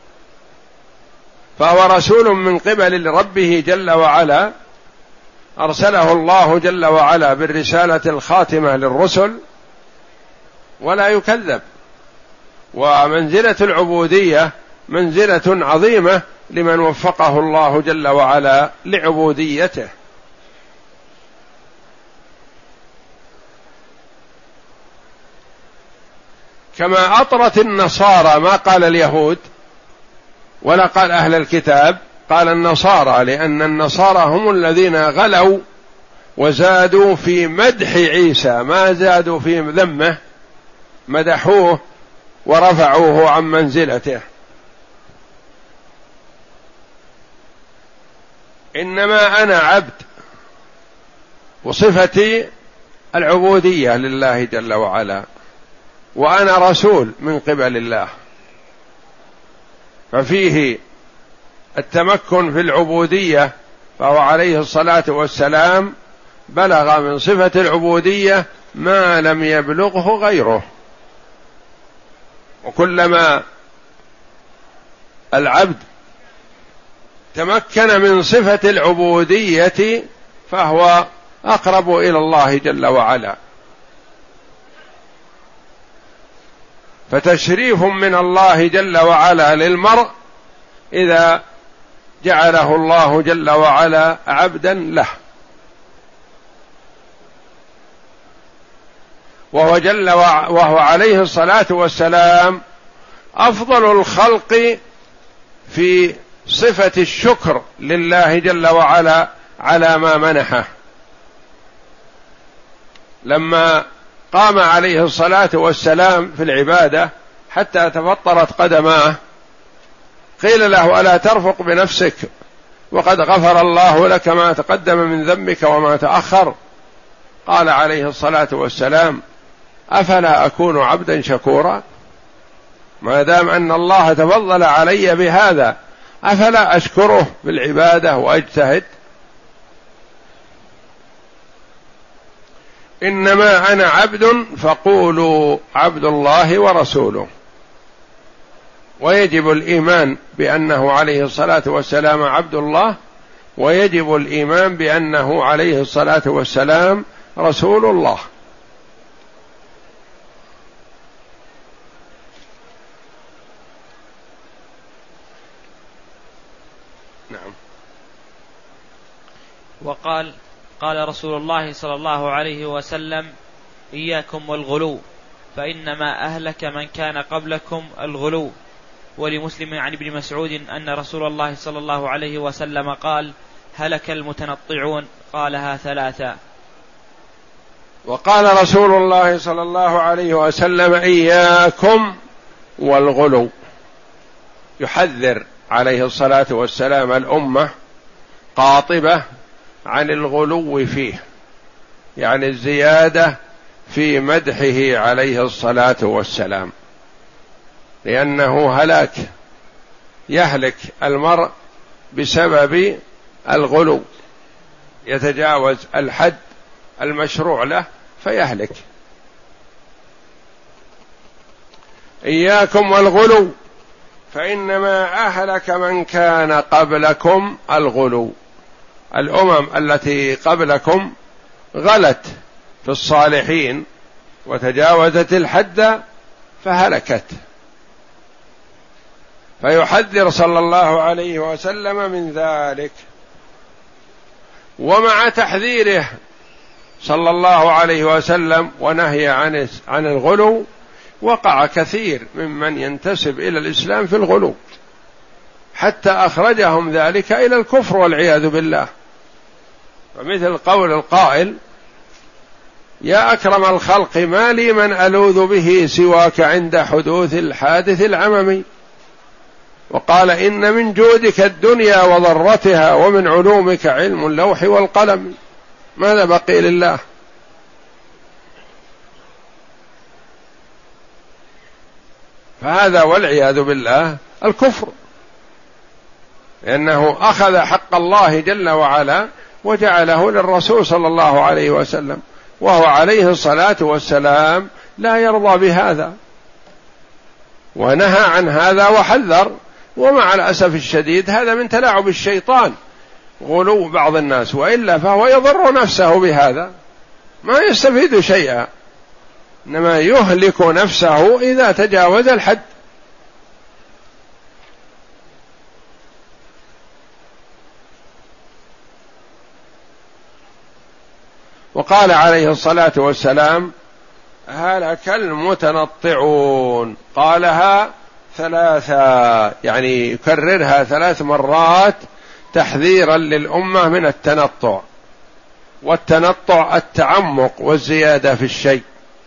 فهو رسول من قبل ربه جل وعلا، أرسله الله جل وعلا بالرسالة الخاتمة للرسل ولا يكذب. ومنزلة العبودية منزلة عظيمة لمن وفقه الله جل وعلا لعبوديته. كما أطرت النصارى، ما قال اليهود ولا قال أهل الكتاب، قال النصارى، لأن النصارى هم الذين غلوا وزادوا في مدح عيسى، ما زادوا في ذمه، مدحوه ورفعوه عن منزلته. إنما أنا عبد، وصفتي العبودية لله جل وعلا، وأنا رسول من قبل الله، ففيه التمكن في العبودية. فهو عليه الصلاة والسلام بلغ من صفة العبودية ما لم يبلغه غيره، وكلما العبد تمكن من صفة العبودية فهو أقرب إلى الله جل وعلا. فتشريف من الله جل وعلا للمرء إذا جعله الله جل وعلا عبدا له، وهو جل وع... وهو عليه الصلاة والسلام أفضل الخلق في صفة الشكر لله جل وعلا على ما منحه. لما قام عليه الصلاة والسلام في العبادة حتى تفطرت قدماه قيل له ألا ترفق بنفسك وقد غفر الله لك ما تقدم من ذنبك وما تأخر؟ قال عليه الصلاة والسلام أفلا أكون عبدا شكورا؟ ما دام أن الله تفضل علي بهذا أفلا أشكره بالعبادة وأجتهد؟ إنما أنا عبد فقولوا عبد الله ورسوله. ويجب الإيمان بأنه عليه الصلاة والسلام عبد الله، ويجب الإيمان بأنه عليه الصلاة والسلام رسول الله. نعم. وقال قال رسول الله صلى الله عليه وسلم إياكم والغلو فإنما أهلك من كان قبلكم الغلو. ولمسلم عن ابن مسعود أن رسول الله صلى الله عليه وسلم قال هلك المتنطعون، قالها ثلاثا. وقال رسول الله صلى الله عليه وسلم إياكم والغلو، يحذر عليه الصلاة والسلام الأمة قاطبة عن الغلو فيه، يعني الزيادة في مدحه عليه الصلاة والسلام، لأنه هلاك، يهلك المرء بسبب الغلو، يتجاوز الحد المشروع له فيهلك. إياكم والغلو فإنما أهلك من كان قبلكم الغلو. الأمم التي قبلكم غلت في الصالحين وتجاوزت الحد فهلكت. فيحذر صلى الله عليه وسلم من ذلك. ومع تحذيره صلى الله عليه وسلم ونهي عن عن الغلو، وقع كثير ممن ينتسب إلى الإسلام في الغلو، حتى أخرجهم ذلك إلى الكفر والعياذ بالله. فمثل قول القائل: يا أكرم الخلق ما لي من ألوذ به سواك عند حدوث الحادث العممي. وقال: إن من جودك الدنيا وضرتها، ومن علومك علم اللوح والقلم. ماذا بقي لله؟ فهذا والعياذ بالله الكفر، لأنه أخذ حق الله جل وعلا وجعله للرسول صلى الله عليه وسلم، وهو عليه الصلاة والسلام لا يرضى بهذا، ونهى عن هذا وحذر. ومع الأسف الشديد هذا من تلاعب الشيطان، غلو بعض الناس، وإلا فهو يضر نفسه بهذا، ما يستفيد شيئا، إنما يهلك نفسه إذا تجاوز الحد. وقال عليه الصلاة والسلام: هلك المتنطعون. قالها ثلاثة، يعني يكررها ثلاث مرات تحذيرا للأمة من التنطع. والتنطع التعمق والزيادة في الشيء،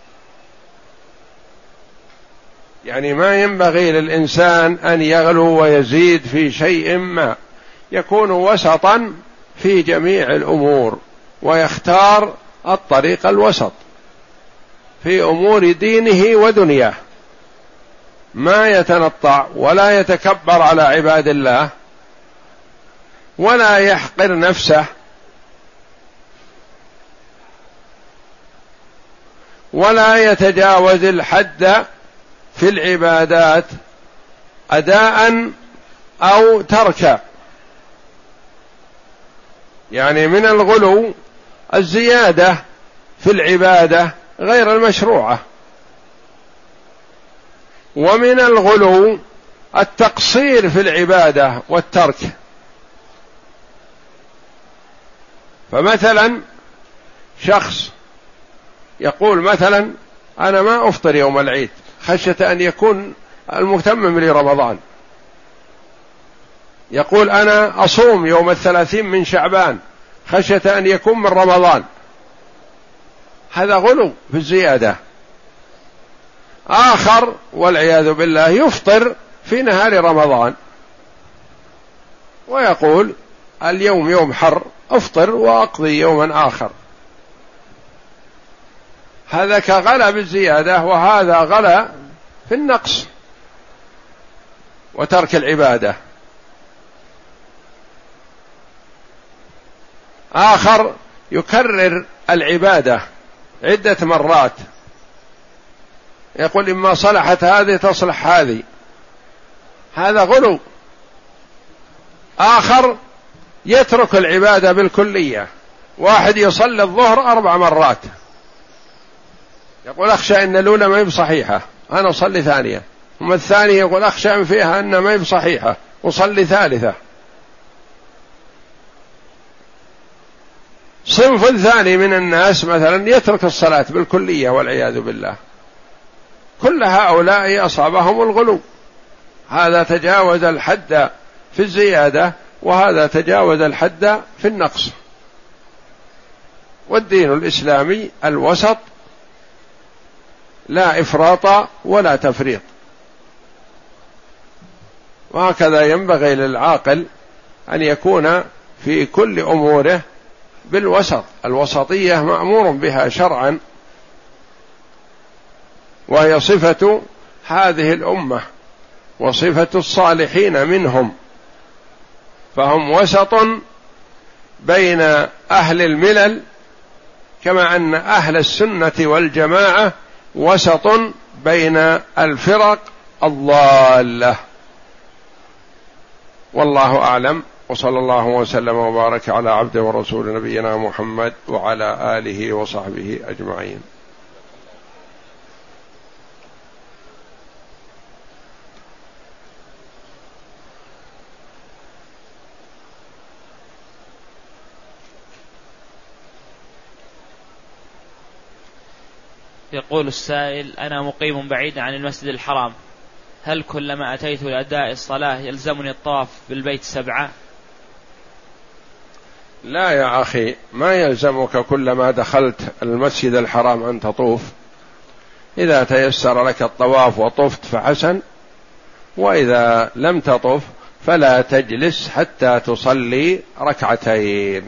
يعني ما ينبغي للإنسان أن يغلو ويزيد في شيء ما، يكون وسطا في جميع الأمور، ويختار الطريق الوسط في أمور دينه ودنياه، ما يتنطع ولا يتكبر على عباد الله، ولا يحقر نفسه، ولا يتجاوز الحد في العبادات أداء أو تركا. يعني من الغلو الزيادة في العبادة غير المشروعة، ومن الغلو التقصير في العبادة والترك. فمثلا شخص يقول مثلا: أنا ما أفطر يوم العيد خشية أن يكون المتمم لرمضان. يقول: أنا أصوم يوم الثلاثين من شعبان خشية أن يكون من رمضان. هذا غلو في الزيادة. آخر والعياذ بالله يفطر في نهار رمضان ويقول: اليوم يوم حر، أفطر وأقضي يوما آخر. هذا كغلا بالزيادة، وهذا غلا في النقص وترك العبادة. آخر يكرر العبادة عدة مرات، يقول: إما صلحت هذه تصلح هذه. هذا غلو. آخر يترك العبادة بالكلية. واحد يصلي الظهر أربع مرات، يقول: أخشى أن الأولى ما هي بصحيحة أنا أصلي ثانية. ثم الثانية يقول: أخشى أن فيها أن ما هي بصحيحة أصلي ثالثة. صنف ثاني من الناس مثلا يترك الصلاة بالكلية والعياذ بالله. كل هؤلاء أصابهم الغلو، هذا تجاوز الحد في الزيادة، وهذا تجاوز الحد في النقص. والدين الإسلامي الوسط، لا إفراط ولا تفريط. وهكذا ينبغي للعاقل أن يكون في كل أموره بالوسط. الوسطية مأمور بها شرعا، وهي صفة هذه الأمة وصفة الصالحين منهم، فهم وسط بين أهل الملل، كما أن أهل السنة والجماعة وسط بين الفرق الضالة. والله أعلم، وصلى الله وسلم وبارك على عبده ورسول نبينا محمد وعلى آله وصحبه أجمعين. يقول السائل: أنا مقيم بعيد عن المسجد الحرام، هل كلما أتيت لأداء الصلاة يلزمني الطواف بالبيت سبعة؟ لا يا أخي، ما يلزمك كلما دخلت المسجد الحرام أن تطوف. إذا تيسر لك الطواف وطفت فحسن، وإذا لم تطف فلا تجلس حتى تصلي ركعتين.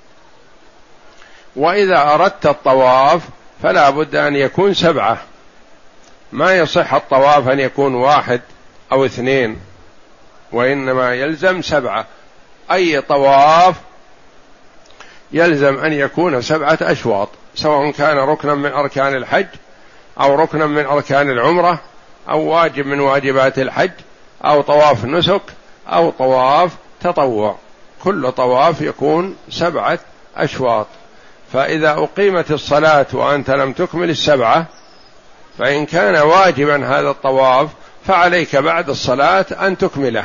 وإذا أردت الطواف فلا بد أن يكون سبعة، ما يصح الطواف أن يكون واحد أو اثنين، وإنما يلزم سبعة. أي طواف يلزم أن يكون سبعة أشواط، سواء كان ركنا من أركان الحج أو ركنا من أركان العمرة أو واجب من واجبات الحج أو طواف نسك أو طواف تطوع، كل طواف يكون سبعة أشواط. فإذا أقيمت الصلاة وأنت لم تكمل السبعة، فإن كان واجبا هذا الطواف فعليك بعد الصلاة أن تكمله.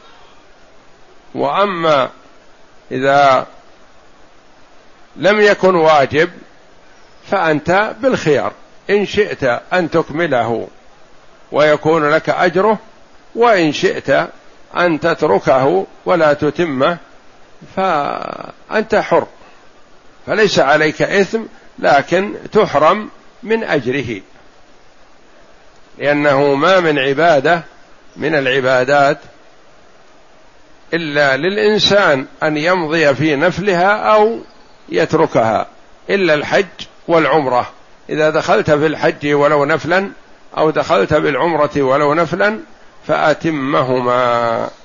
وأما إذا لم يكن واجب فأنت بالخيار، إن شئت أن تكمله ويكون لك أجره، وإن شئت أن تتركه ولا تتمه فأنت حر، فليس عليك إثم، لكن تحرم من أجره، لأنه ما من عبادة من العبادات إلا للإنسان أن يمضي في نفلها أو يتركها، إلا الحج والعمرة. إذا دخلت في الحج ولو نفلا أو دخلت بالعمرة ولو نفلا فأتمهما.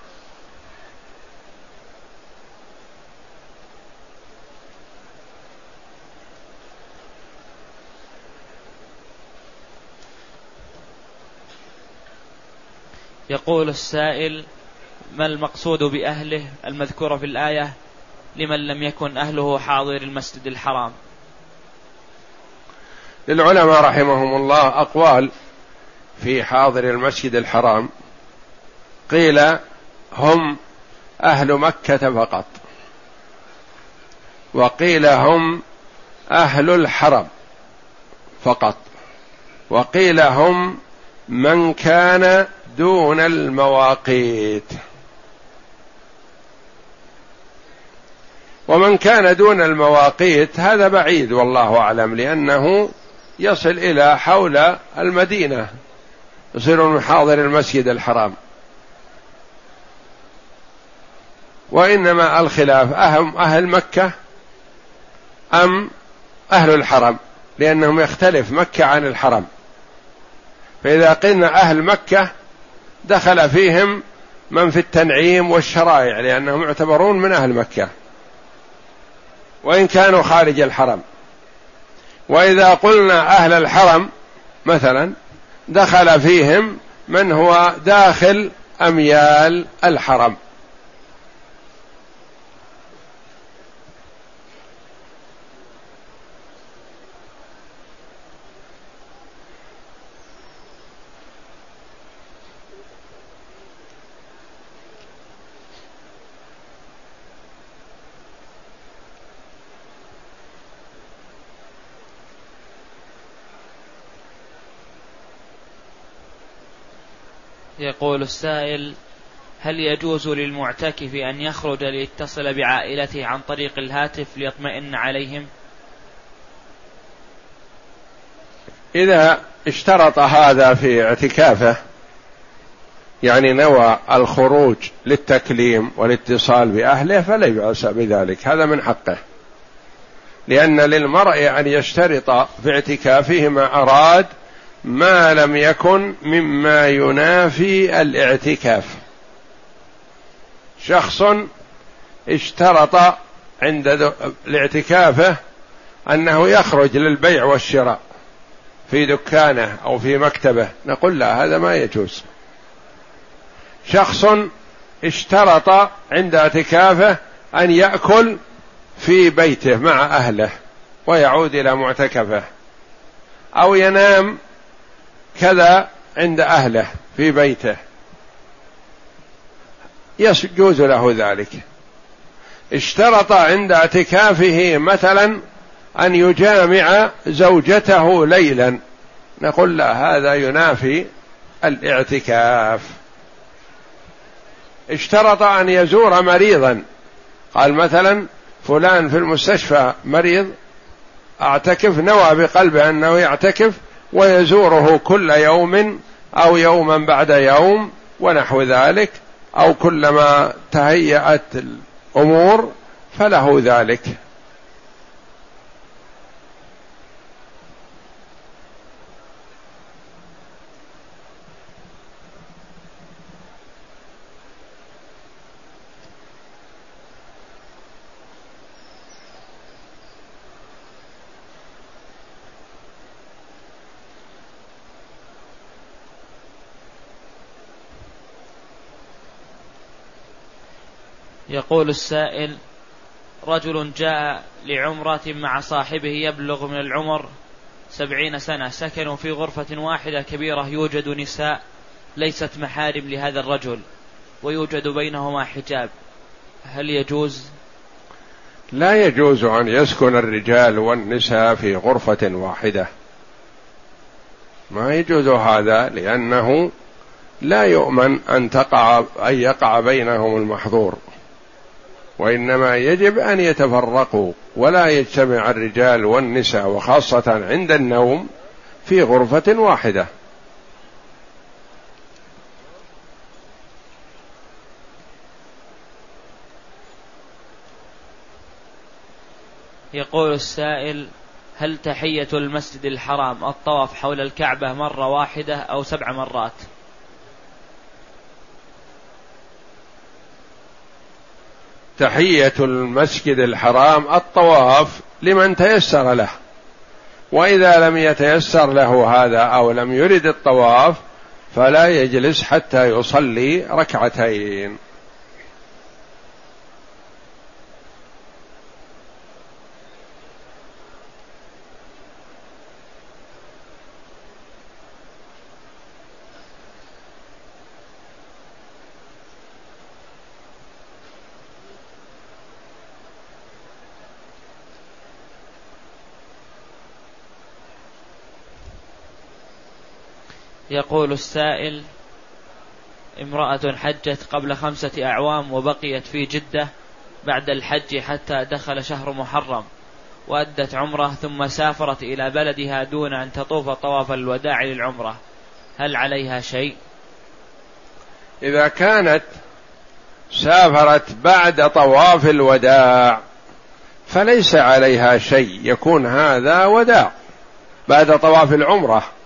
يقول السائل: ما المقصود بأهله المذكورة في الآية لمن لم يكن أهله حاضر المسجد الحرام؟ للعلماء رحمهم الله أقوال في حاضر المسجد الحرام. قيل هم أهل مكة فقط، وقيل هم أهل الحرم فقط، وقيل هم من كان دون المواقيت. ومن كان دون المواقيت هذا بعيد والله أعلم، لأنه يصل إلى حول المدينة، يصير من حاضر المسجد الحرام. وإنما الخلاف أهم أهل مكة أم أهل الحرم، لأنهم يختلف مكة عن الحرم. فإذا قلنا أهل مكة دخل فيهم من في التنعيم والشرائع، لأنهم يعتبرون من أهل مكة وإن كانوا خارج الحرم. وإذا قلنا أهل الحرم مثلا دخل فيهم من هو داخل أميال الحرم. يقول السائل: هل يجوز للمعتكف أن يخرج ليتصل بعائلته عن طريق الهاتف ليطمئن عليهم؟ إذا اشترط هذا في اعتكافه، يعني نوى الخروج للتكليم والاتصال بأهله، فلا بأس بذلك، هذا من حقه، لأن للمرء أن يشترط في اعتكافه ما أراد ما لم يكن مما ينافي الاعتكاف. شخص اشترط عند الاعتكافه أنه يخرج للبيع والشراء في دكانه أو في مكتبه، نقول لا، هذا ما يجوز. شخص اشترط عند اعتكافه أن يأكل في بيته مع أهله ويعود إلى معتكفه، أو ينام كذا عند أهله في بيته، يجوز له ذلك. اشترط عند اعتكافه مثلا أن يجامع زوجته ليلا، نقول لا، هذا ينافي الاعتكاف. اشترط أن يزور مريضا، قال مثلا فلان في المستشفى مريض أعتكف، نوى بقلبه أنه يعتكف ويزوره كل يوم أو يوما بعد يوم ونحو ذلك، أو كلما تهيأت الأمور فله ذلك. يقول السائل: رجل جاء لعمرة مع صاحبه يبلغ من العمر سبعين سنة، سكنوا في غرفة واحدة كبيرة، يوجد نساء ليست محارم لهذا الرجل ويوجد بينهما حجاب، هل يجوز؟ لا يجوز أن يسكن الرجال والنساء في غرفة واحدة، ما يجوز هذا، لأنه لا يؤمن أن تقع أن يقع بينهم المحظور، وإنما يجب أن يتفرقوا ولا يجتمع الرجال والنساء وخاصة عند النوم في غرفة واحدة. يقول السائل: هل تحية المسجد الحرام الطواف حول الكعبة مرة واحدة أو سبع مرات؟ تحية المسجد الحرام الطواف لمن تيسر له، وإذا لم يتيسر له هذا أو لم يرد الطواف فلا يجلس حتى يصلي ركعتين. يقول السائل: امرأة حجت قبل خمسة أعوام وبقيت في جدة بعد الحج حتى دخل شهر محرم، وأدت عمره ثم سافرت إلى بلدها دون أن تطوف طواف الوداع للعمرة، هل عليها شيء؟ إذا كانت سافرت بعد طواف الوداع فليس عليها شيء، يكون هذا وداع بعد طواف العمرة،